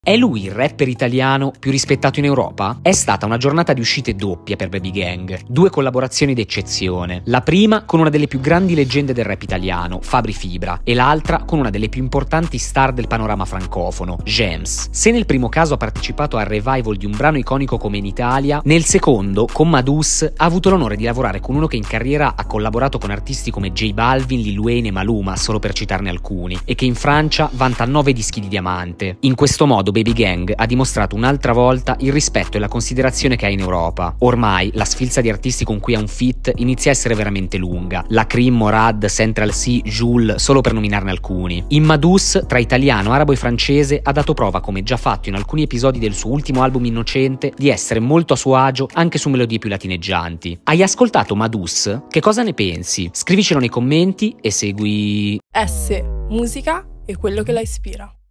È lui il rapper italiano più rispettato in Europa? È stata una giornata di uscite doppia per Baby Gang. 2 collaborazioni d'eccezione. La prima con una delle più grandi leggende del rap italiano, Fabri Fibra, e l'altra con una delle più importanti star del panorama francofono, James. Se nel primo caso ha partecipato al revival di un brano iconico come In Italia, nel secondo, con Madus, ha avuto l'onore di lavorare con uno che in carriera ha collaborato con artisti come J Balvin, Lil Wayne e Maluma, solo per citarne alcuni, e che in Francia vanta 9 dischi di diamante. In questo modo Baby Gang ha dimostrato un'altra volta il rispetto e la considerazione che ha in Europa. Ormai la sfilza di artisti con cui ha un feat inizia a essere veramente lunga. La Cream, Morad, Central C, Jules, solo per nominarne alcuni. In Madus, tra italiano, arabo e francese, ha dato prova, come già fatto in alcuni episodi del suo ultimo album Innocente, di essere molto a suo agio anche su melodie più latineggianti. Hai ascoltato Madus? Che cosa ne pensi? Scrivicelo nei commenti e segui Musica e quello che la ispira.